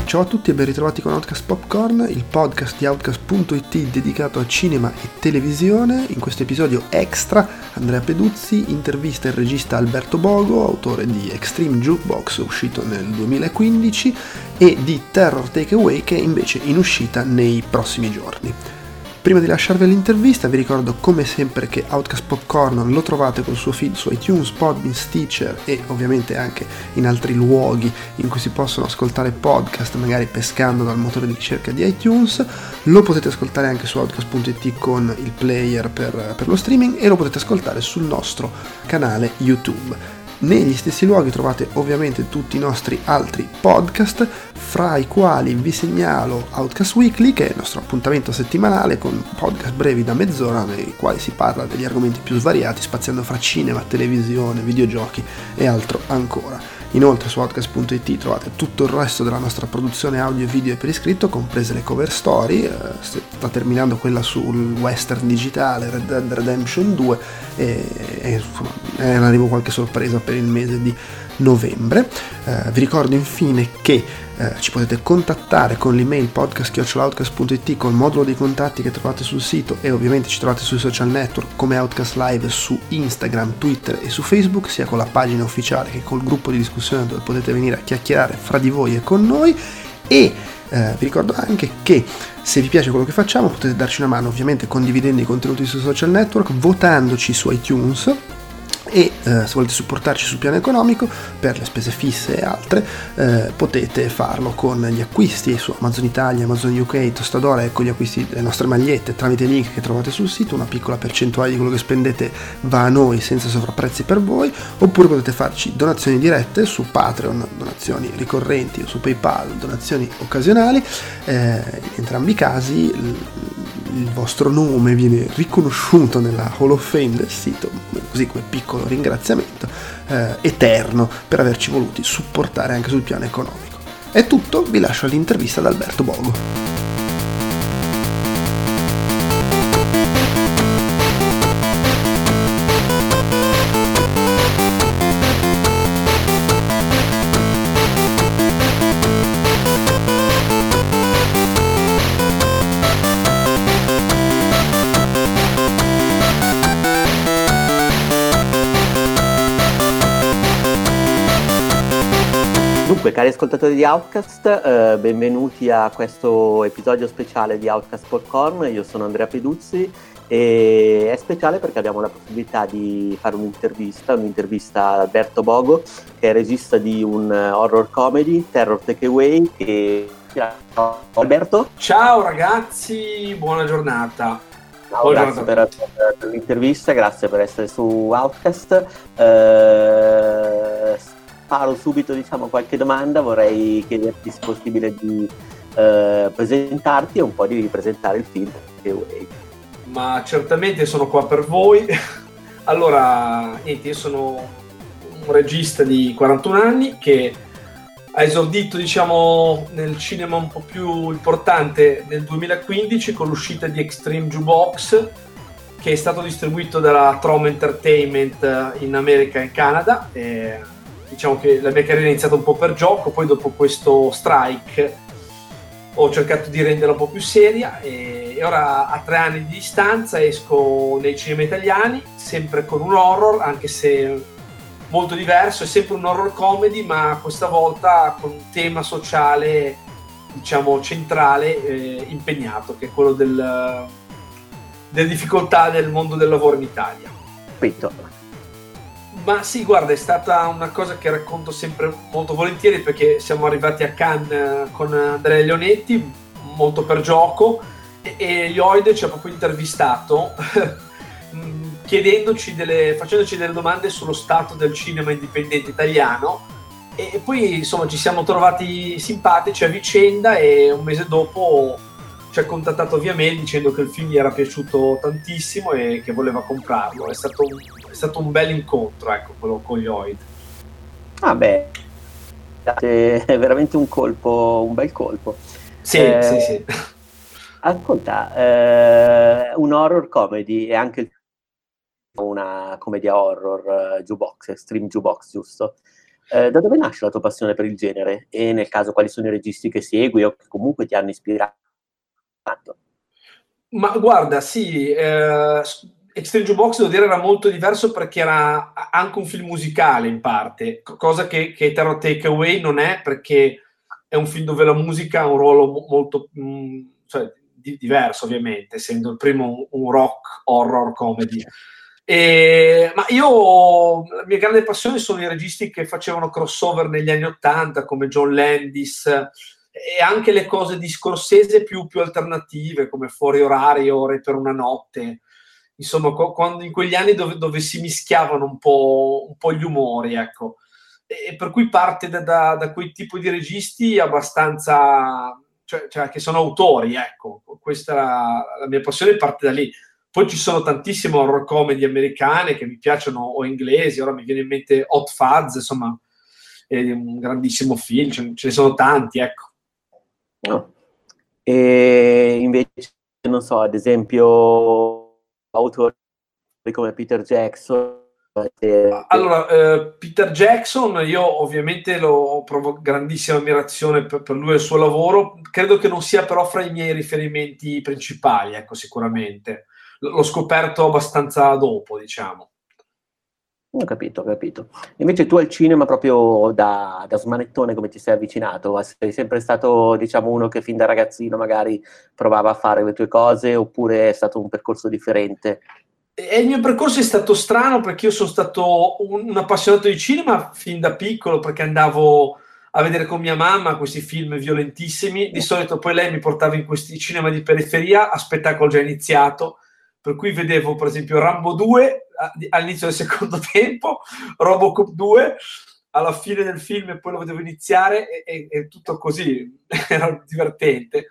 Ciao a tutti e ben ritrovati con Outcast Popcorn, il podcast di Outcast.it dedicato a cinema e televisione. In questo episodio extra Andrea Peduzzi intervista il regista Alberto Bogo, autore di Extreme Jukebox, uscito nel 2015, e di Terror Takeaway, che è invece in uscita nei prossimi giorni. Prima di lasciarvi l'intervista vi ricordo come sempre che Outcast Popcorn lo trovate col suo feed su iTunes, Podbean, Stitcher e ovviamente anche in altri luoghi in cui si possono ascoltare podcast, magari pescando dal motore di ricerca di iTunes. Lo potete ascoltare anche su Outcast.it con il player per lo streaming e lo potete ascoltare sul nostro canale YouTube. Negli stessi luoghi trovate ovviamente tutti i nostri altri podcast, fra i quali vi segnalo Outcast Weekly, che è il nostro appuntamento settimanale con podcast brevi da mezz'ora nei quali si parla degli argomenti più svariati, spaziando fra cinema, televisione, videogiochi e altro ancora. Inoltre su Outcast.it trovate tutto il resto della nostra produzione audio e video per iscritto, comprese le cover story. Sta terminando quella sul western digitale Red Dead Redemption 2 e insomma è in arrivo qualche sorpresa per il mese di novembre. Vi ricordo infine che ci potete contattare con l'email podcast@outcast.it, col modulo dei contatti che trovate sul sito, e ovviamente ci trovate sui social network come Outcast Live su Instagram, Twitter e su Facebook, sia con la pagina ufficiale che col gruppo di discussione dove potete venire a chiacchierare fra di voi e con noi. E vi ricordo anche che se vi piace quello che facciamo potete darci una mano ovviamente condividendo i contenuti sui social network, votandoci su iTunes, e se volete supportarci sul piano economico per le spese fisse e altre potete farlo con gli acquisti su Amazon Italia, Amazon UK, Tostadora, ecco gli acquisti delle nostre magliette tramite i link che trovate sul sito. Una piccola percentuale di quello che spendete va a noi senza sovrapprezzi per voi, oppure potete farci donazioni dirette su Patreon, donazioni ricorrenti, o su PayPal, donazioni occasionali. In entrambi i casi il vostro nome viene riconosciuto nella Hall of Fame del sito, così come piccolo ringraziamento eterno per averci voluti supportare anche sul piano economico. È tutto, vi lascio all'intervista ad Alberto Bogo. Dunque, cari ascoltatori di Outcast, benvenuti a questo episodio speciale di Outcast Popcorn. Io sono Andrea Peduzzi e è speciale perché abbiamo la possibilità di fare un'intervista ad Alberto Bogo, che è regista di un horror comedy, Terror Takeaway. Ciao Alberto. Ciao ragazzi, buona giornata. Ciao, grazie per l'intervista, grazie per essere su Outcast. Sparo subito qualche domanda. Vorrei chiederti se è possibile di presentarti e un po' di ripresentare il film Takeaway. Ma certamente sono qua per voi. Allora, niente, io sono un regista di 41 anni che ha esordito nel cinema un po' più importante nel 2015 con l'uscita di Extreme Jukebox, che è stato distribuito dalla Troma Entertainment in America e in Canada. Diciamo che la mia carriera è iniziata un po' per gioco, poi dopo questo strike ho cercato di renderla un po' più seria e ora a 3 anni di distanza esco nei cinema italiani, sempre con un horror, anche se molto diverso, è sempre un horror comedy, ma questa volta con un tema sociale centrale impegnato, che è quello delle difficoltà del mondo del lavoro in Italia. Capito. Ma sì, guarda, è stata una cosa che racconto sempre molto volentieri, perché siamo arrivati a Cannes con Andrea Leonetti, molto per gioco, e Lloyd ci ha proprio intervistato facendoci delle domande sullo stato del cinema indipendente italiano, e poi insomma ci siamo trovati simpatici a vicenda, e un mese dopo ci ha contattato via mail dicendo che il film gli era piaciuto tantissimo e che voleva comprarlo. È stato un bel incontro, ecco, quello con Lloyd. Ah beh, è veramente un bel colpo. Sì. Ascolta, un horror comedy e anche una commedia horror, Jukebox, Extreme Jukebox, giusto? Da dove nasce la tua passione per il genere? E nel caso, quali sono i registi che segui o che comunque ti hanno ispirato? Ma guarda, sì, Extreme Jukebox devo dire era molto diverso perché era anche un film musicale in parte, cosa che Terror Takeaway non è, perché è un film dove la musica ha un ruolo molto cioè, diverso, ovviamente, essendo il primo un rock horror comedy. Ma io, la mia grande passione sono i registi che facevano crossover negli anni '80 come John Landis, e anche le cose di Scorsese più alternative come Fuori Orario, Re per una notte, insomma quando, in quegli anni dove si mischiavano un po' gli umori, ecco. E per cui parte da quei tipi di registi abbastanza, cioè che sono autori, ecco, questa è la mia passione, parte da lì. Poi ci sono tantissime horror comedy americane che mi piacciono, o inglesi. Ora mi viene in mente Hot Fuzz, insomma, è un grandissimo film, ce ne sono tanti, ecco. No. E invece, non so, ad esempio, autori come Peter Jackson. Allora, Peter Jackson, io ovviamente provo grandissima ammirazione per lui e il suo lavoro. Credo che non sia però fra i miei riferimenti principali, ecco, sicuramente. L'ho scoperto abbastanza dopo, diciamo. Ho capito, ho capito. Invece tu al cinema proprio da smanettone come ti sei avvicinato? Sei sempre stato, diciamo, uno che fin da ragazzino magari provava a fare le tue cose, oppure è stato un percorso differente? E il mio percorso è stato strano perché io sono stato un appassionato di cinema fin da piccolo, perché andavo a vedere con mia mamma questi film violentissimi. Di solito poi lei mi portava in questi cinema di periferia a spettacolo già iniziato, per cui vedevo per esempio Rambo 2 all'inizio del secondo tempo, Robocop 2 alla fine del film e poi lo vedevo iniziare e tutto così, era divertente.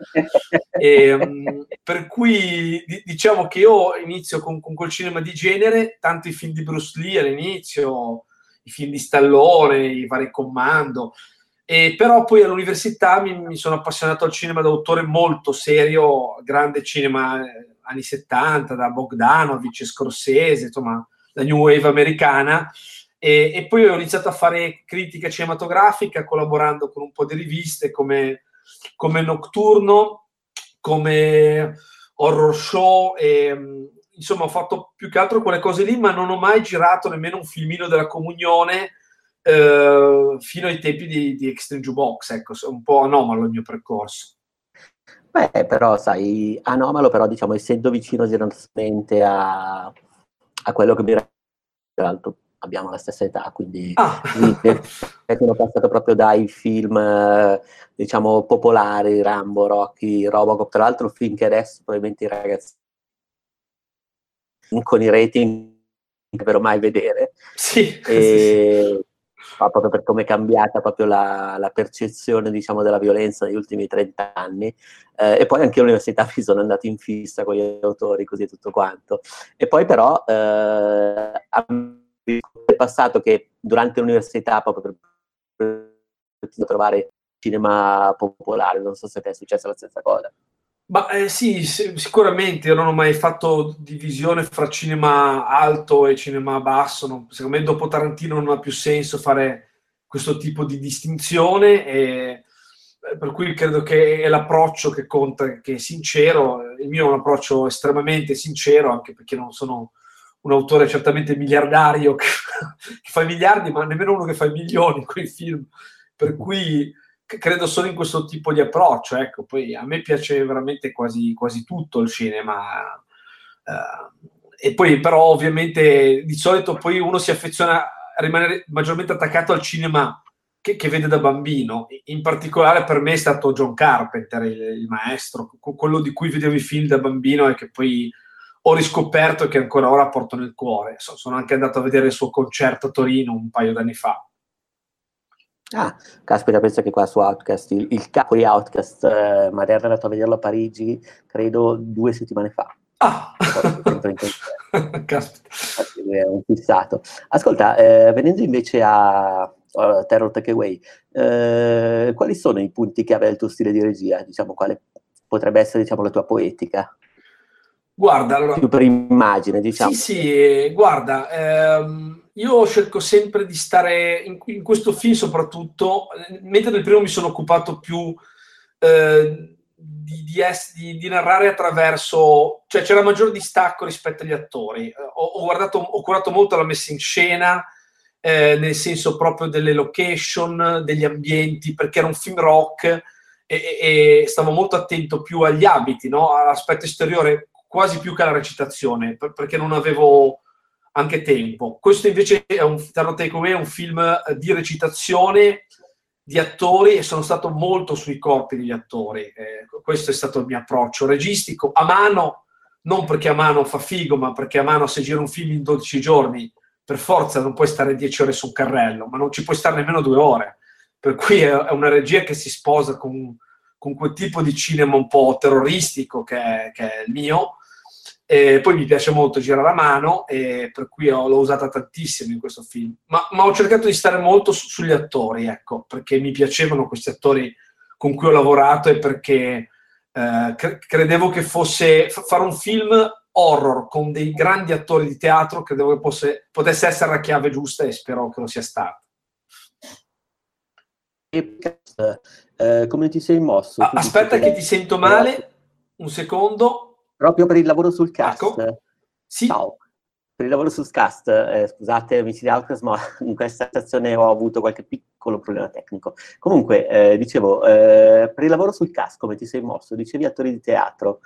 Per cui diciamo che io inizio con quel cinema di genere, tanto i film di Bruce Lee all'inizio, i film di Stallone, i vari Commando, però poi all'università mi sono appassionato al cinema d'autore molto serio, grande cinema anni 70, da Bogdanovich, Scorsese, insomma la New Wave americana. E poi ho iniziato a fare critica cinematografica collaborando con un po' di riviste come Nocturno, come Horror Show, insomma ho fatto più che altro quelle cose lì, ma non ho mai girato nemmeno un filmino della comunione fino ai tempi di Extreme Jukebox, ecco, è un po' anomalo il mio percorso. Beh, però sai, anomalo, però diciamo essendo vicino generosamente a quello che mi era l'altro, abbiamo la stessa età, quindi sono passato proprio dai film diciamo popolari, Rambo, Rocky, Robocop, tra l'altro film che adesso probabilmente i ragazzi con i rating non dovrebbero mai vedere. Sì, sì. Proprio per come è cambiata proprio la percezione, diciamo, della violenza negli ultimi 30 anni, e poi anche all'università mi sono andato in fissa con gli autori, così e tutto quanto. E poi però è passato che durante l'università, proprio per trovare cinema popolare, non so se ti è successa la stessa cosa. Ma sì, sicuramente io non ho mai fatto divisione fra cinema alto e cinema basso. Secondo me dopo Tarantino non ha più senso fare questo tipo di distinzione, per cui credo che è l'approccio che conta, che è sincero. Il mio è un approccio estremamente sincero, anche perché non sono un autore certamente miliardario che fa i miliardi, ma nemmeno uno che fa i milioni con i film. Per cui credo solo in questo tipo di approccio, ecco. Poi a me piace veramente quasi tutto il cinema, e poi però ovviamente di solito poi uno si affeziona a rimanere maggiormente attaccato al cinema che vede da bambino. In particolare per me è stato John Carpenter il maestro, quello di cui vedevo i film da bambino e che poi ho riscoperto e che ancora ora porto nel cuore. Sono anche andato a vedere il suo concerto a Torino un paio d'anni fa. Ah, caspita, penso che qua su Outcast, il capo di Outcast, Mariano è andato a vederlo a Parigi, credo 2 settimane fa. Ah! Caspita. È un fissato. Ascolta, venendo invece a Terror Takeaway, quali sono i punti chiave del tuo stile di regia? Diciamo, quale potrebbe essere, diciamo, la tua poetica? Guarda, allora, più per immagine, diciamo. sì, guarda, io cerco sempre di stare in questo film soprattutto, mentre nel primo mi sono occupato più di narrare attraverso, cioè c'era maggior distacco rispetto agli attori. Ho curato molto la messa in scena, nel senso proprio delle location, degli ambienti, perché era un film rock e stavo molto attento più agli abiti, no? All'aspetto esteriore, quasi più che alla recitazione, perché non avevo anche tempo. Questo invece è Tarot Takeaway, è un film di recitazione, di attori, e sono stato molto sui corpi degli attori. Questo è stato il mio approccio registico, a mano, non perché a mano fa figo, ma perché a mano, se giri un film in 12 giorni, per forza non puoi stare 10 ore su un carrello, ma non ci puoi stare nemmeno 2 ore. Per cui è una regia che si sposa con quel tipo di cinema un po' terroristico che è il mio. E poi mi piace molto girare a mano, e per cui l'ho usata tantissimo in questo film. Ma ho cercato di stare molto sugli attori, ecco, perché mi piacevano questi attori con cui ho lavorato, e perché credevo che fosse fare un film horror con dei grandi attori di teatro, credevo che potesse essere la chiave giusta, e spero che lo sia stato. Come ti sei mosso? Aspetta che ti sento male, un secondo. Proprio per il lavoro sul cast. Ecco. Sì. Ciao. Per il lavoro sul cast, scusate amici di Outcast, ma in questa stazione ho avuto qualche piccolo problema tecnico. Comunque, dicevo, per il lavoro sul cast, come ti sei mosso? Dicevi attori di teatro,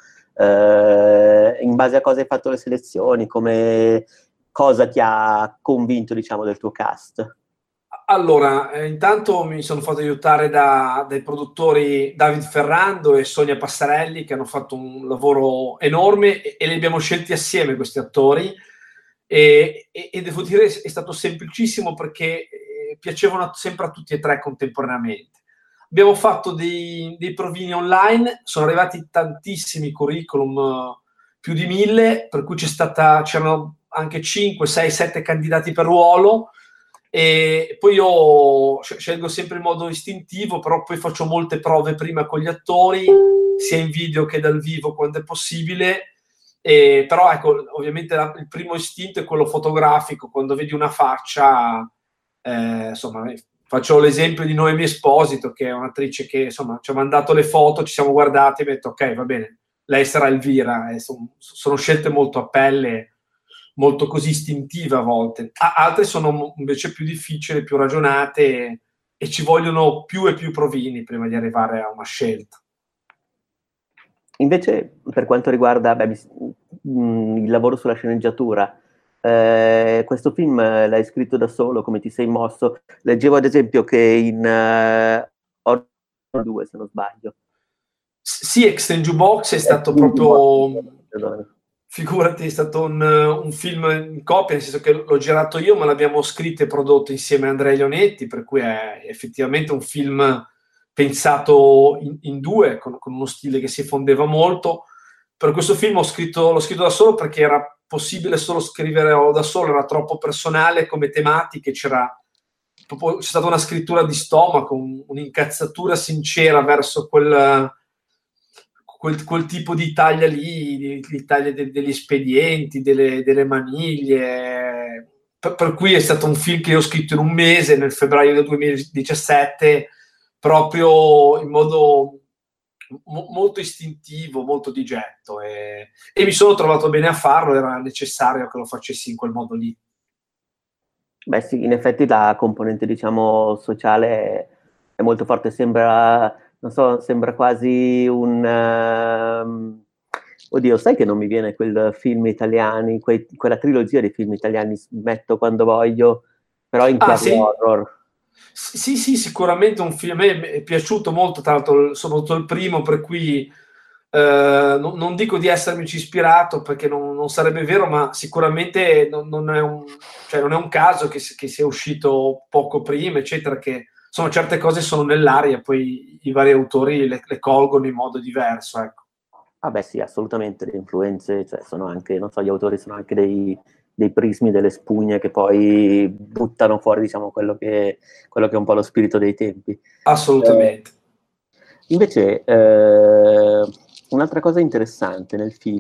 in base a cosa hai fatto le selezioni, cosa ti ha convinto, diciamo, del tuo cast? Allora, intanto mi sono fatto aiutare dai produttori David Ferrando e Sonia Passarelli, che hanno fatto un lavoro enorme, e li abbiamo scelti assieme questi attori, e devo dire è stato semplicissimo, perché piacevano sempre a tutti e tre contemporaneamente. Abbiamo fatto dei provini online, sono arrivati tantissimi curriculum, più di 1000, per cui c'erano anche 5, 6, 7 candidati per ruolo. E poi io scelgo sempre in modo istintivo, però poi faccio molte prove prima con gli attori, sia in video che dal vivo quando è possibile. Però ecco, ovviamente il primo istinto è quello fotografico. Quando vedi una faccia, insomma, faccio l'esempio di Noemi Esposito, che è un'attrice che insomma ci ha mandato le foto, ci siamo guardati e mi ha detto ok, va bene, lei sarà Elvira. Sono scelte molto a pelle, molto così istintive a volte. Altre sono invece più difficili, più ragionate, e ci vogliono più e più provini prima di arrivare a una scelta. Invece, per quanto riguarda il lavoro sulla sceneggiatura, questo film l'hai scritto da solo, come ti sei mosso? Leggevo ad esempio che in Horror 2, se non sbaglio. Sì, Extreme Jukebox è stato proprio... Figurati, è stato un film in coppia, nel senso che l'ho girato io, ma l'abbiamo scritto e prodotto insieme a Andrea Leonetti, per cui è effettivamente un film pensato in due, con uno stile che si fondeva molto. Per questo film l'ho scritto da solo, perché era possibile solo scrivere da solo, era troppo personale come tematiche, c'è stata una scrittura di stomaco, un'incazzatura sincera verso quel tipo di taglia lì, di taglia degli espedienti, delle maniglie. Per cui è stato un film che ho scritto in un mese, nel febbraio del 2017, proprio in modo molto istintivo, molto di getto, e mi sono trovato bene a farlo, era necessario che lo facessi in quel modo lì. Beh sì, in effetti la componente, diciamo, sociale è molto forte, sembra quasi oddio, sai che non mi viene quel film italiani, quella trilogia di film italiani, Metto quando voglio, però in chiave sì? horror. Sì, sicuramente un film, a me è piaciuto molto, tra l'altro soprattutto il primo, per cui non dico di essermici ispirato, perché non sarebbe vero, ma sicuramente non è un caso che sia uscito poco prima, eccetera, che sono certe cose sono nell'aria, poi i vari autori le colgono in modo diverso, ecco. Ah beh sì, assolutamente, le influenze, cioè sono anche, non so, gli autori sono anche dei prismi, delle spugne che poi buttano fuori, diciamo, quello che è un po' lo spirito dei tempi. Assolutamente. Invece, un'altra cosa interessante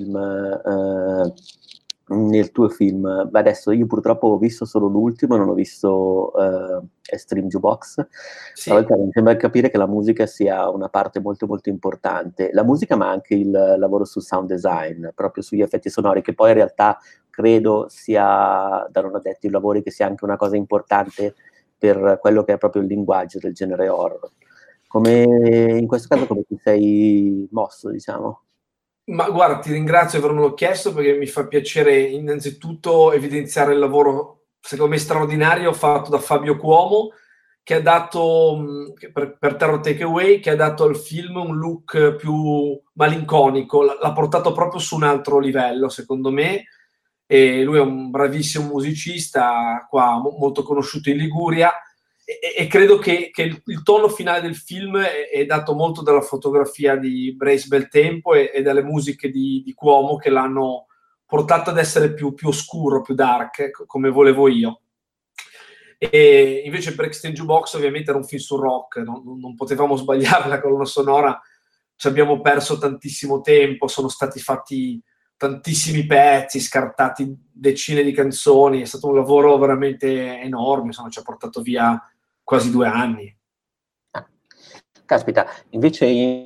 nel tuo film, beh, adesso io purtroppo ho visto solo l'ultimo, non ho visto Extreme Jukebox, Sì. però mi sembra capire che la musica sia una parte molto molto importante, la musica ma anche il lavoro sul sound design, proprio sugli effetti sonori, che poi in realtà credo sia, da non addetti ai lavori, che sia anche una cosa importante per quello che è proprio il linguaggio del genere horror. Come in questo caso come ti sei mosso, diciamo? Ma guarda, ti ringrazio di avermelo chiesto perché mi fa piacere innanzitutto evidenziare il lavoro, secondo me straordinario, fatto da Fabio Cuomo, che ha dato, per Terror Takeaway, che ha dato al film un look più malinconico, l'ha portato proprio su un altro livello, secondo me, e lui è un bravissimo musicista, qua molto conosciuto in Liguria, e credo che il tono finale del film è dato molto dalla fotografia di Brace Beltempo e dalle musiche di Cuomo, che l'hanno portato ad essere più oscuro, più dark, come volevo io. E invece Brixton Jukebox ovviamente era un film sul rock, non potevamo sbagliare la colonna sonora, ci abbiamo perso tantissimo tempo, sono stati fatti tantissimi pezzi, scartati decine di canzoni, è stato un lavoro veramente enorme, insomma ci ha portato via quasi 2 anni. Ah, caspita, invece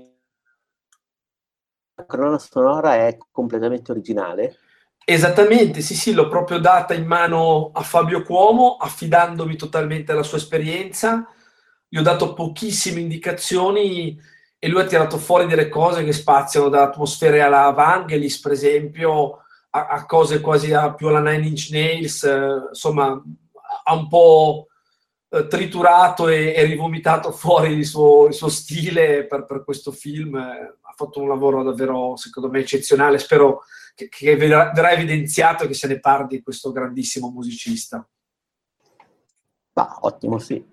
la colonna sonora è completamente originale? Esattamente, sì, sì, l'ho proprio data in mano a Fabio Cuomo, affidandomi totalmente alla sua esperienza. Gli ho dato pochissime indicazioni e lui ha tirato fuori delle cose che spaziano da atmosfere alla Vangelis, per esempio, a cose quasi più alla Nine Inch Nails, insomma, ha un po' triturato e rivomitato fuori il suo stile per questo film. Ha fatto un lavoro davvero, secondo me, eccezionale. Spero che verrà evidenziato e che se ne parli di questo grandissimo musicista. Bah, ottimo, sì.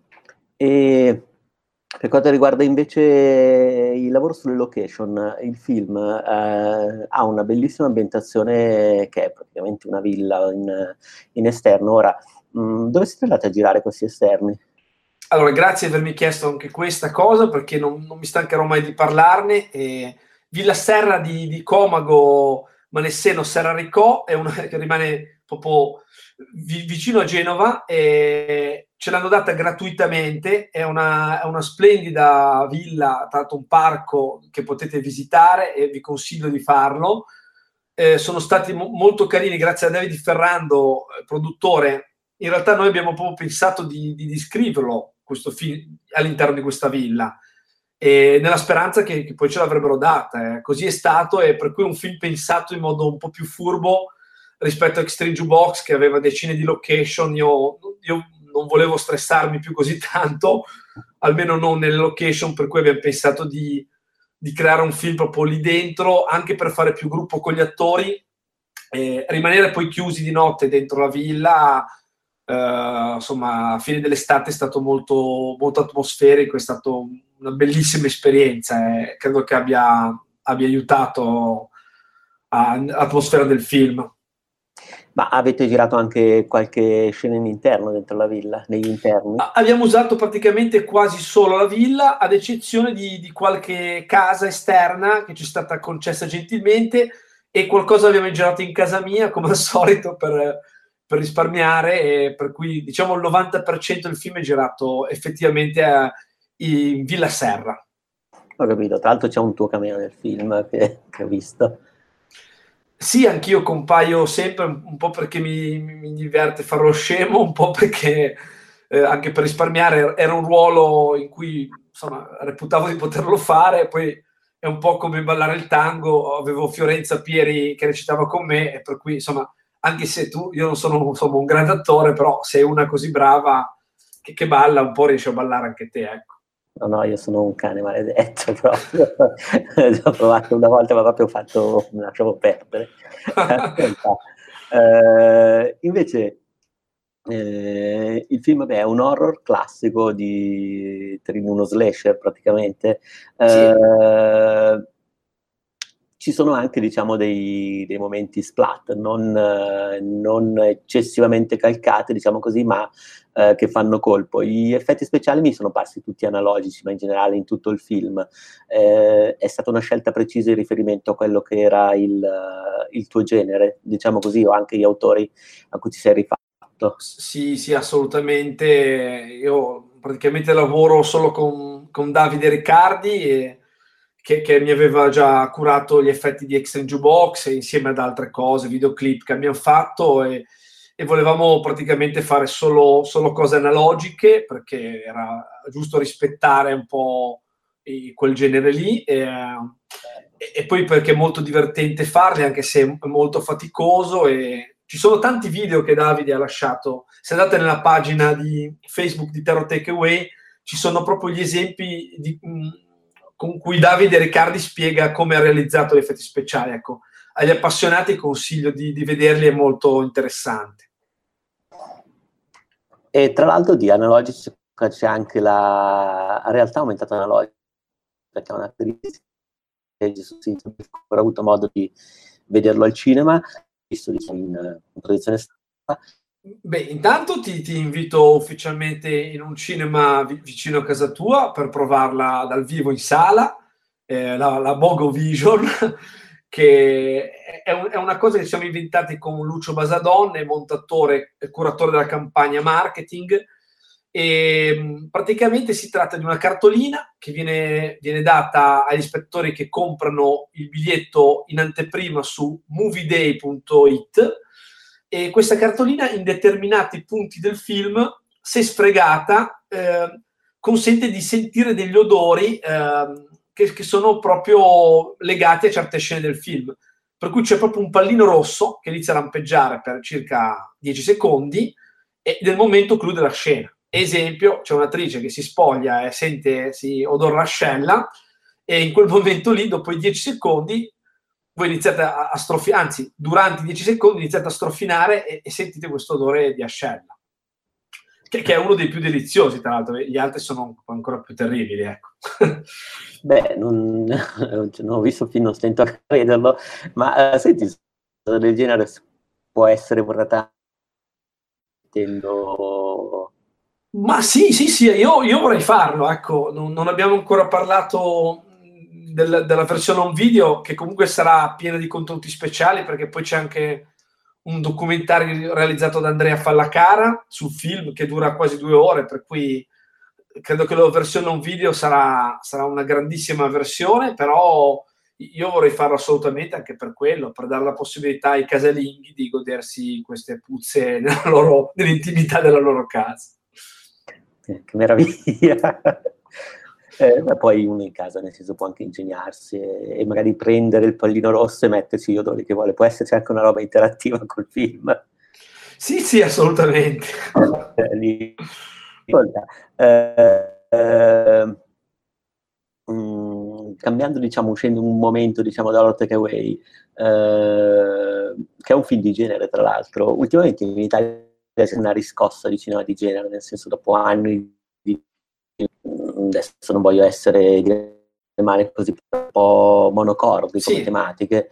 E per quanto riguarda invece il lavoro sulle location, il film ha una bellissima ambientazione che è praticamente una villa in esterno. Ora, dove siete andati a girare questi esterni? Allora, grazie di avermi chiesto anche questa cosa perché non mi stancherò mai di parlarne. Villa Serra di Comago, Manesseno, Serraricò è una che rimane proprio vicino a Genova e ce l'hanno data gratuitamente. È una splendida villa, tra l'altro un parco che potete visitare e vi consiglio di farlo. Sono stati molto carini, grazie a David Ferrando, produttore. In realtà noi abbiamo proprio pensato di descriverlo questo film all'interno di questa villa, nella speranza che poi ce l'avrebbero data. Così è stato, e per cui è un film pensato in modo un po' più furbo rispetto a Extreme Jukebox, che aveva decine di location. Io non volevo stressarmi più così tanto, almeno non nelle location, per cui abbiamo pensato di creare un film proprio lì dentro, anche per fare più gruppo con gli attori, rimanere poi chiusi di notte dentro la villa. Insomma, a fine dell'estate è stato molto, molto atmosferico, è stata una bellissima esperienza e credo che abbia aiutato all'atmosfera del film. Ma avete girato anche qualche scena in interno dentro la villa, negli interni? Abbiamo usato praticamente quasi solo la villa, ad eccezione di qualche casa esterna che ci è stata concessa gentilmente, e qualcosa abbiamo girato in casa mia, come al solito, per risparmiare, e per cui diciamo il 90% del film è girato effettivamente in Villa Serra. Ho capito, tra l'altro c'è un tuo cameo nel film che ho visto. Sì, anch'io compaio sempre, un po' perché mi diverte fare lo scemo, un po' perché anche per risparmiare. Era un ruolo in cui insomma reputavo di poterlo fare, poi è un po' come ballare il tango. Avevo Fiorenza Pieri che recitava con me, e per cui insomma, anche se io non sono insomma, un grande attore, però sei una così brava che balla un po', riesci a ballare anche te, ecco. No, no, io sono un cane maledetto proprio. L'ho provato una volta, ma proprio fatto, mi lasciavo perdere. Ascolta, invece, il film beh, è un horror classico uno slasher praticamente. Sì. Ci ci sono anche, diciamo, dei momenti splat, non eccessivamente calcati, diciamo così, ma che fanno colpo. Gli effetti speciali mi sono parsi tutti analogici, ma in generale in tutto il film. È stata una scelta precisa in riferimento a quello che era il tuo genere, diciamo così, o anche gli autori a cui ti sei rifatto? Sì, sì, assolutamente. Io praticamente lavoro solo con Davide Riccardi, che mi aveva già curato gli effetti di Extreme Jukebox, insieme ad altre cose, videoclip che abbiamo fatto, e volevamo praticamente fare solo cose analogiche, perché era giusto rispettare un po' quel genere lì. E poi perché è molto divertente farli, anche se è molto faticoso, e ci sono tanti video che Davide ha lasciato. Se andate nella pagina di Facebook di Terror Takeaway, ci sono proprio gli esempi con cui Davide Riccardi spiega come ha realizzato gli effetti speciali. Ecco, agli appassionati consiglio di vederli, è molto interessante. E tra l'altro di analogici c'è anche la realtà aumentata analogica, perché è una caratteristica che non ho ancora avuto modo di vederlo al cinema, visto in produzione stata. Beh, intanto ti invito ufficialmente in un cinema vicino a casa tua per provarla dal vivo in sala, la Bogo Vision, che è una cosa che ci siamo inventati con Lucio Basadon, montatore e curatore della campagna marketing. E praticamente si tratta di una cartolina che viene data agli spettatori che comprano il biglietto in anteprima su movieday.it, e questa cartolina in determinati punti del film, se sfregata, consente di sentire degli odori che sono proprio legati a certe scene del film. Per cui c'è proprio un pallino rosso che inizia a lampeggiare per circa 10 secondi e nel momento clou della scena. Esempio, c'è un'attrice che si spoglia e si odora l'ascella, e in quel momento lì, dopo i 10 secondi, voi iniziate a strofinare, anzi, durante i 10 secondi iniziate a strofinare e sentite questo odore di ascella, che è uno dei più deliziosi, tra l'altro. Gli altri sono ancora più terribili, ecco. Beh, non ho visto il film, non stento a crederlo, ma senti, del genere può essere portata intendo. Ma sì, io vorrei farlo, ecco. Non abbiamo ancora parlato della versione on video, che comunque sarà piena di contenuti speciali, perché poi c'è anche un documentario realizzato da Andrea Fallacara sul film, che dura quasi 2 ore, per cui credo che la versione on video sarà una grandissima versione, però io vorrei farlo assolutamente anche per quello, per dare la possibilità ai casalinghi di godersi queste puzze nell'intimità della loro casa. Che meraviglia! Ma poi uno in casa, nel senso, può anche ingegnarsi e magari prendere il pallino rosso e metterci gli odori che vuole. Può esserci anche una roba interattiva col film. Sì, assolutamente. Cambiando, diciamo, uscendo un momento, diciamo, da Terror Takeaway, che è un film di genere, tra l'altro, ultimamente in Italia c'è una riscossa di cinema di genere, nel senso, dopo anni di adesso non voglio essere male così, un po' monocorde come tematiche,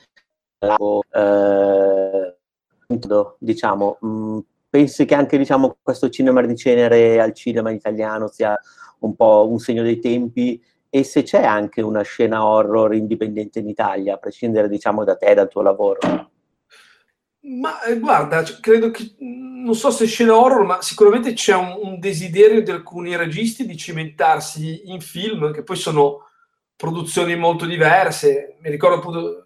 diciamo, pensi che anche, diciamo, questo cinema di genere al cinema italiano sia un po' un segno dei tempi, e se c'è anche una scena horror indipendente in Italia, a prescindere, diciamo, da te, dal tuo lavoro? Ma guarda, credo che, non so se scena horror, ma sicuramente c'è un desiderio di alcuni registi di cimentarsi in film, che poi sono produzioni molto diverse. Mi ricordo appunto,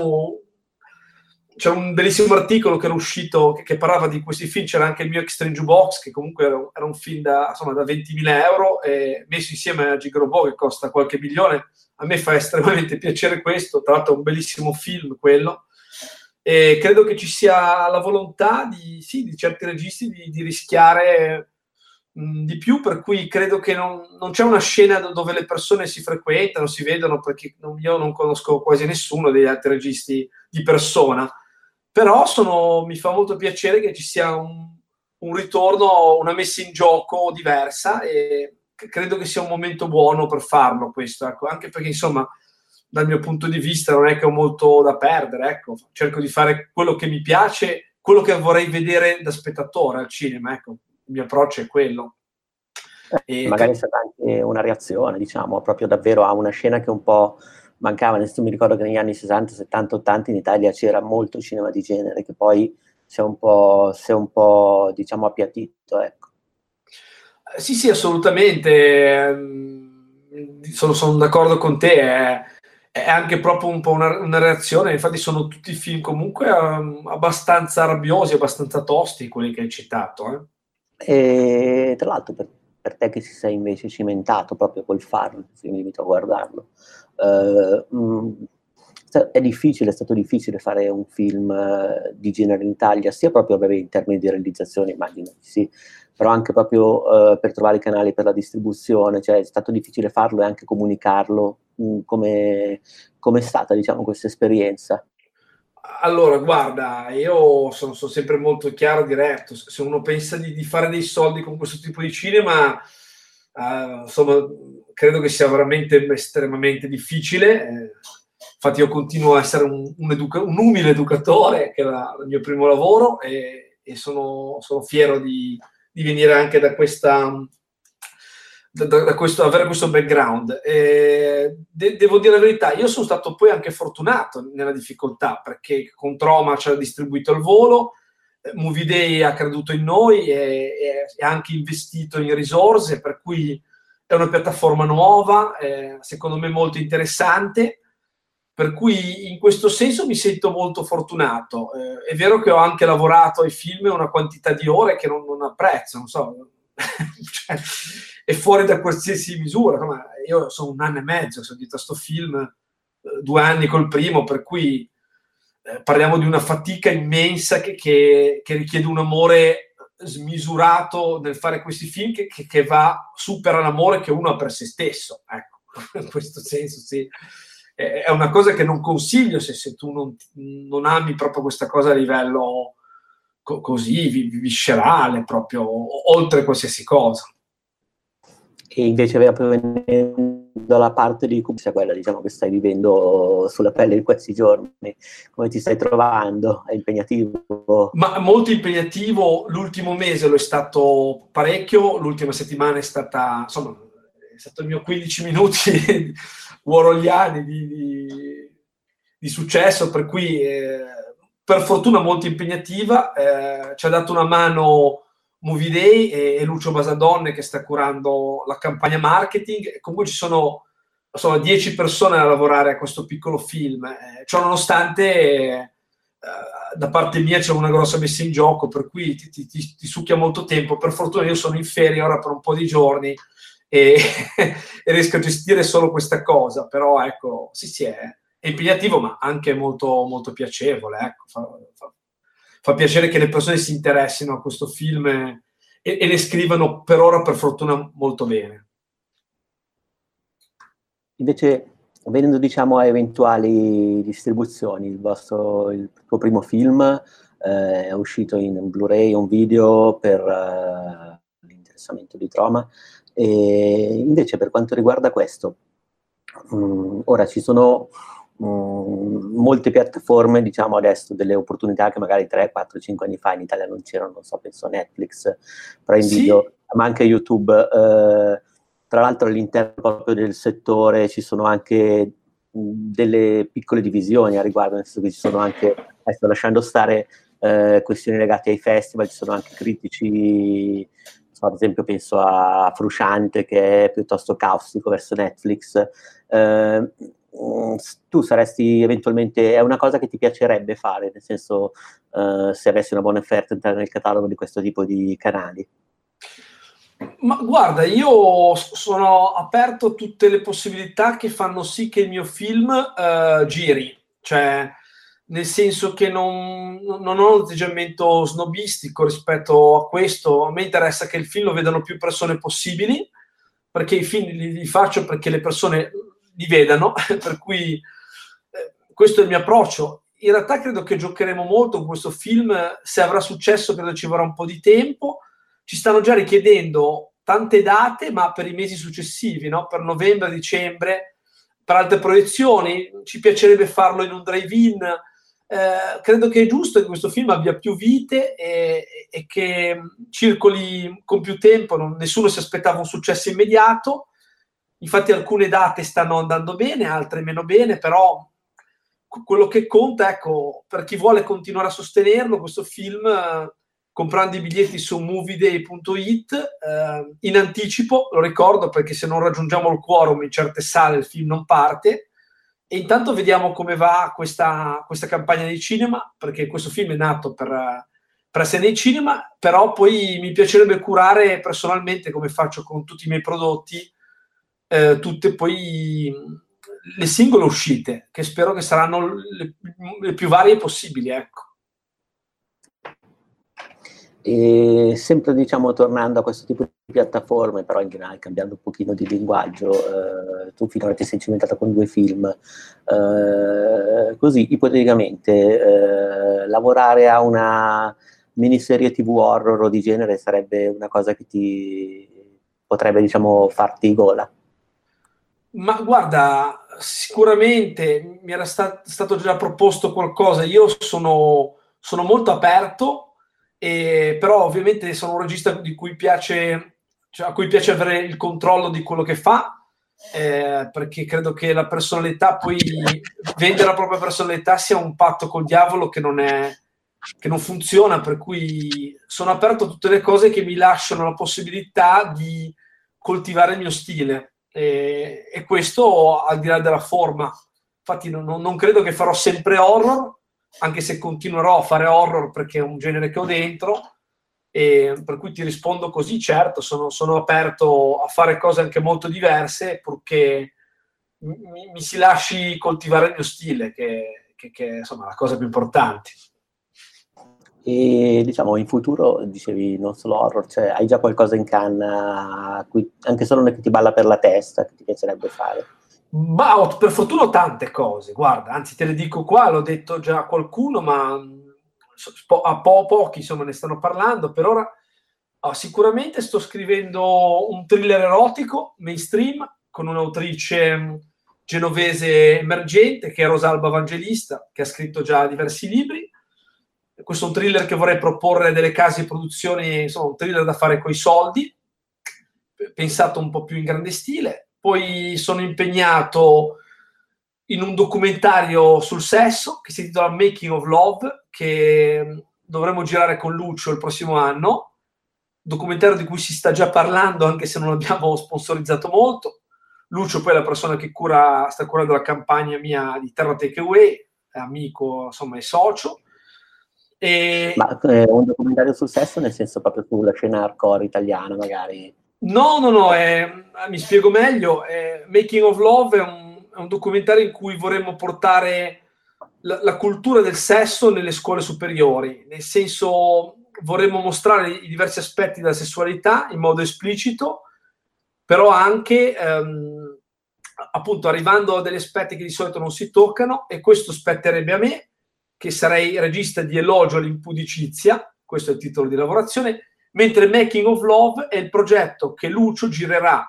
c'è un bellissimo articolo che era uscito che parlava di questi film. C'era anche il mio Extreme Jukebox, che comunque era un film da 20.000 euro, e messo insieme a Gigrobò, che costa qualche milione. A me fa estremamente piacere questo, tra l'altro è un bellissimo film quello, e credo che ci sia la volontà di certi registi di rischiare di più, per cui credo che non c'è una scena dove le persone si frequentano, si vedono, perché io non conosco quasi nessuno degli altri registi di persona, però mi fa molto piacere che ci sia un ritorno, una messa in gioco diversa, e credo che sia un momento buono per farlo questo, ecco. Anche perché, insomma, dal mio punto di vista non è che ho molto da perdere, ecco, cerco di fare quello che mi piace, quello che vorrei vedere da spettatore al cinema, ecco, il mio approccio è quello. Magari è stata anche una reazione, diciamo, proprio davvero a una scena che un po' mancava. Mi ricordo che negli anni 60, 70, 80 in Italia c'era molto cinema di genere, che poi si è un po' diciamo, appiattito, ecco. Sì, assolutamente. Sono d'accordo con te. È anche proprio un po' una reazione. Infatti, sono tutti film comunque abbastanza rabbiosi, abbastanza tosti, quelli che hai citato. E tra l'altro, per te che si sei invece cimentato proprio col farlo, se mi limito a guardarlo, è stato difficile fare un film di genere in Italia, sia proprio in termini di realizzazione, immagino sì, però anche proprio per trovare i canali per la distribuzione, cioè è stato difficile farlo e anche comunicarlo. Come è stata, diciamo, questa esperienza? Allora, guarda, io sono sempre molto chiaro e diretto. Se uno pensa di fare dei soldi con questo tipo di cinema, insomma, credo che sia veramente estremamente difficile. Infatti io continuo a essere un umile educatore, che era il mio primo lavoro, e sono fiero di venire anche da avere questo background. Devo dire la verità, io sono stato poi anche fortunato nella difficoltà, perché con Troma ci ha distribuito il volo, Movie Day ha creduto in noi e ha anche investito in risorse, per cui è una piattaforma nuova, secondo me molto interessante, per cui in questo senso mi sento molto fortunato. È vero che ho anche lavorato ai film una quantità di ore che non apprezzo, non so, cioè, è fuori da qualsiasi misura. Io sono 1 anno e mezzo, sono dietro a sto film, 2 anni col primo, per cui parliamo di una fatica immensa che richiede un amore smisurato nel fare questi film, che supera l'amore che uno ha per se stesso, ecco, in questo senso sì. È una cosa che non consiglio se tu non ami proprio questa cosa a livello così viscerale, proprio oltre qualsiasi cosa. E invece dalla parte di come sia quella, diciamo, che stai vivendo sulla pelle in questi giorni, come ti stai trovando? È impegnativo? Ma molto impegnativo. L'ultimo mese lo è stato parecchio, l'ultima settimana è stato il mio 15 minuti orwelliani di successo, per cui per fortuna molto impegnativa. Ci ha dato una mano Movie Day e Lucio Basadonne, che sta curando la campagna marketing, e comunque ci sono 10 persone a lavorare a questo piccolo film. Ciò nonostante, da parte mia c'è una grossa messa in gioco, per cui ti succhia molto tempo. Per fortuna io sono in ferie ora per un po' di giorni e riesco a gestire solo questa cosa, però ecco, sì, è impegnativo, ma anche molto, molto piacevole, ecco. Fa piacere che le persone si interessino a questo film e ne scrivano per ora, per fortuna, molto bene. Invece, venendo, diciamo, a eventuali distribuzioni, il tuo primo film è uscito in Blu-ray, un video per l'interessamento di Troma, e invece per quanto riguarda questo, ora ci sono molte piattaforme, diciamo, adesso, delle opportunità che magari 3, 4, 5 anni fa in Italia non c'erano, non so, penso Netflix, Prime Video, ma anche YouTube. Tra l'altro all'interno proprio del settore ci sono anche delle piccole divisioni a riguardo, nel senso che ci sono anche, adesso lasciando stare questioni legate ai festival, ci sono anche critici, ad esempio penso a Frusciante, che è piuttosto caustico verso Netflix. Tu saresti eventualmente, è una cosa che ti piacerebbe fare, nel senso, se avessi una buona offerta, entrare nel catalogo di questo tipo di canali? Ma guarda, io sono aperto a tutte le possibilità che fanno sì che il mio film giri, cioè nel senso che non ho un atteggiamento snobistico rispetto a questo. A me interessa che il film lo vedano più persone possibili, perché i film li faccio perché le persone li vedano, per cui questo è il mio approccio. In realtà credo che giocheremo molto con questo film, se avrà successo credo ci vorrà un po' di tempo. Ci stanno già richiedendo tante date, ma per i mesi successivi, no? Per novembre, dicembre, per altre proiezioni, ci piacerebbe farlo in un drive-in. Credo che è giusto che questo film abbia più vite e che circoli con più tempo. Nessuno si aspettava un successo immediato, infatti alcune date stanno andando bene, altre meno bene, però quello che conta, ecco, per chi vuole continuare a sostenerlo, questo film, comprando i biglietti su movieday.it in anticipo, lo ricordo perché se non raggiungiamo il quorum in certe sale il film non parte. E intanto vediamo come va questa campagna di cinema, perché questo film è nato per essere nei cinema, però poi mi piacerebbe curare personalmente, come faccio con tutti i miei prodotti, tutte poi le singole uscite, che spero che saranno le più varie possibili, ecco. E sempre, diciamo, tornando a questo tipo di piattaforme, però in generale cambiando un pochino di linguaggio, tu finora ti sei cimentata con 2 film, così ipoteticamente lavorare a una miniserie TV horror o di genere sarebbe una cosa che ti potrebbe, diciamo, farti gola? Ma guarda, sicuramente mi era stato già proposto qualcosa, io sono molto aperto, però ovviamente sono un regista di cui piace, cioè, a cui piace avere il controllo di quello che fa, perché credo che la personalità, poi vendere la propria personalità sia un patto col diavolo che non funziona, per cui sono aperto a tutte le cose che mi lasciano la possibilità di coltivare il mio stile, e questo al di là della forma. Infatti non credo che farò sempre horror, anche se continuerò a fare horror perché è un genere che ho dentro, e per cui ti rispondo così: certo, sono aperto a fare cose anche molto diverse, purché mi si lasci coltivare il mio stile, che insomma è la cosa più importante. E diciamo in futuro, dicevi non solo horror, cioè hai già qualcosa in canna, anche solo che ti balla per la testa, che ti piacerebbe fare? Ma per fortuna ho tante cose, guarda, anzi te le dico qua, l'ho detto già a qualcuno, ma a pochi insomma ne stanno parlando. Per ora sicuramente sto scrivendo un thriller erotico mainstream con un'autrice genovese emergente che è Rosalba Evangelista, che ha scritto già diversi libri. Questo è un thriller che vorrei proporre a delle case di produzione, insomma un thriller da fare coi soldi, pensato un po' più in grande stile. Poi sono impegnato in un documentario sul sesso che si intitola Making of Love, che dovremo girare con Lucio il prossimo anno, documentario di cui si sta già parlando anche se non abbiamo sponsorizzato molto. Lucio poi è la persona che sta curando la campagna mia di Terra Takeaway, è amico, insomma è socio. Ma un documentario sul sesso, nel senso proprio sulla scena hardcore italiana magari? No, mi spiego meglio. Making of Love è un documentario in cui vorremmo portare la cultura del sesso nelle scuole superiori, nel senso vorremmo mostrare i diversi aspetti della sessualità in modo esplicito, però anche appunto arrivando a degli aspetti che di solito non si toccano, e questo spetterebbe a me, che sarei regista di Elogio all'impudicizia, questo è il titolo di lavorazione, mentre Making of Love è il progetto che Lucio girerà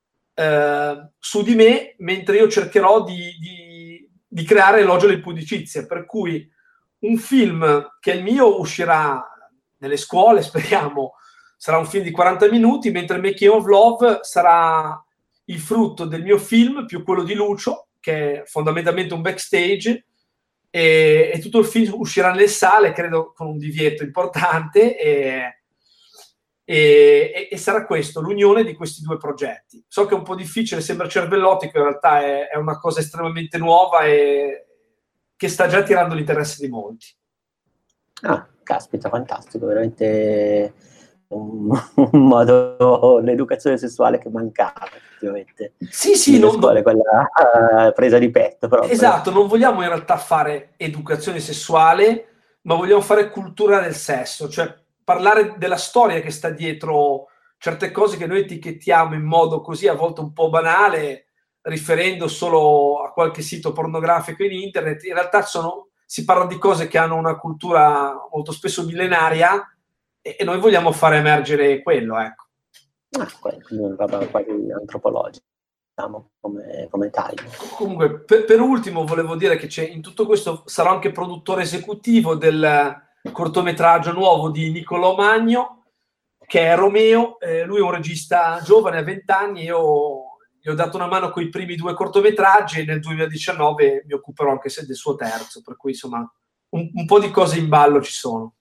su di me, mentre io cercherò di creare Elogio all'impudicizia, per cui un film che è il mio uscirà nelle scuole, speriamo, sarà un film di 40 minuti, mentre Making of Love sarà il frutto del mio film più quello di Lucio, che è fondamentalmente un backstage, e tutto il film uscirà nelle sale, credo con un divieto importante, e sarà questo, l'unione di questi 2 progetti. So che è un po' difficile, sembra cervellotico, in realtà è una cosa estremamente nuova e che sta già attirando l'interesse di molti. Ah, caspita, fantastico, veramente un modo, l'educazione sessuale che mancava effettivamente. Sì, nelle scuole, quella presa di petto proprio. Esatto, non vogliamo in realtà fare educazione sessuale, ma vogliamo fare cultura del sesso, cioè parlare della storia che sta dietro certe cose che noi etichettiamo in modo così a volte un po' banale, riferendo solo a qualche sito pornografico in internet. In realtà si parla di cose che hanno una cultura molto spesso millenaria, e noi vogliamo fare emergere quello, ecco. Quindi una roba quasi antropologica. come taglio. Comunque, per ultimo volevo dire che in tutto questo sarò anche produttore esecutivo del cortometraggio nuovo di Niccolò Magno, che è Romeo. Lui è un regista giovane, a 20 anni, io gli ho dato una mano con i primi 2 cortometraggi e nel 2019 mi occuperò anche del suo terzo, per cui insomma un po' di cose in ballo ci sono.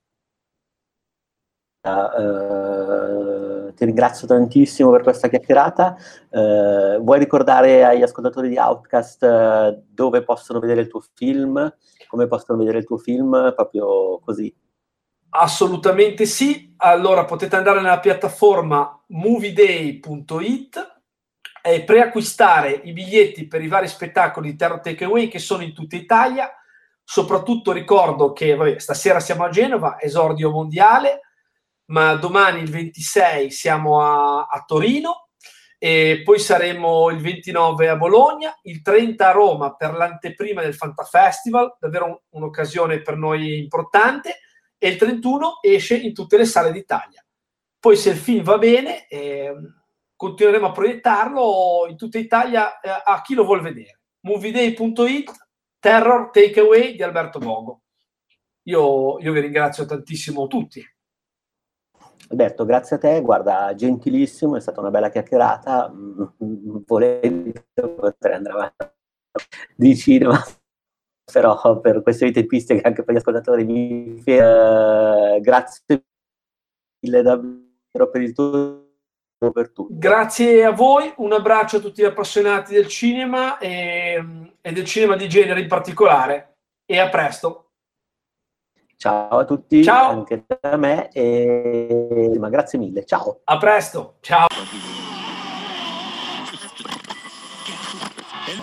Ti ringrazio tantissimo per questa chiacchierata. Vuoi ricordare agli ascoltatori di Outcast dove possono vedere il tuo film? Come possono vedere il tuo film? Proprio così. Assolutamente sì. Allora potete andare nella piattaforma movieday.it e preacquistare i biglietti per i vari spettacoli di Terror Takeaway che sono in tutta Italia. Soprattutto ricordo che stasera siamo a Genova, esordio mondiale, ma domani il 26 siamo a Torino e poi saremo il 29 a Bologna, il 30 a Roma per l'anteprima del Fantafestival, davvero un'occasione per noi importante, e il 31 esce in tutte le sale d'Italia. Poi se il film va bene continueremo a proiettarlo in tutta Italia a chi lo vuol vedere. Movieday.it, Terror Takeaway di Alberto Bogo. Io vi ringrazio tantissimo tutti. Alberto, grazie a te, guarda, gentilissimo, è stata una bella chiacchierata, volevo poter andare avanti di cinema, però per questioni tempistiche anche per gli ascoltatori grazie mille davvero per il tuo, per tutto. Grazie a voi, un abbraccio a tutti gli appassionati del cinema e del cinema di genere in particolare, e a presto. Ciao a tutti, ciao. Anche da me, ma grazie mille, ciao. A presto, ciao.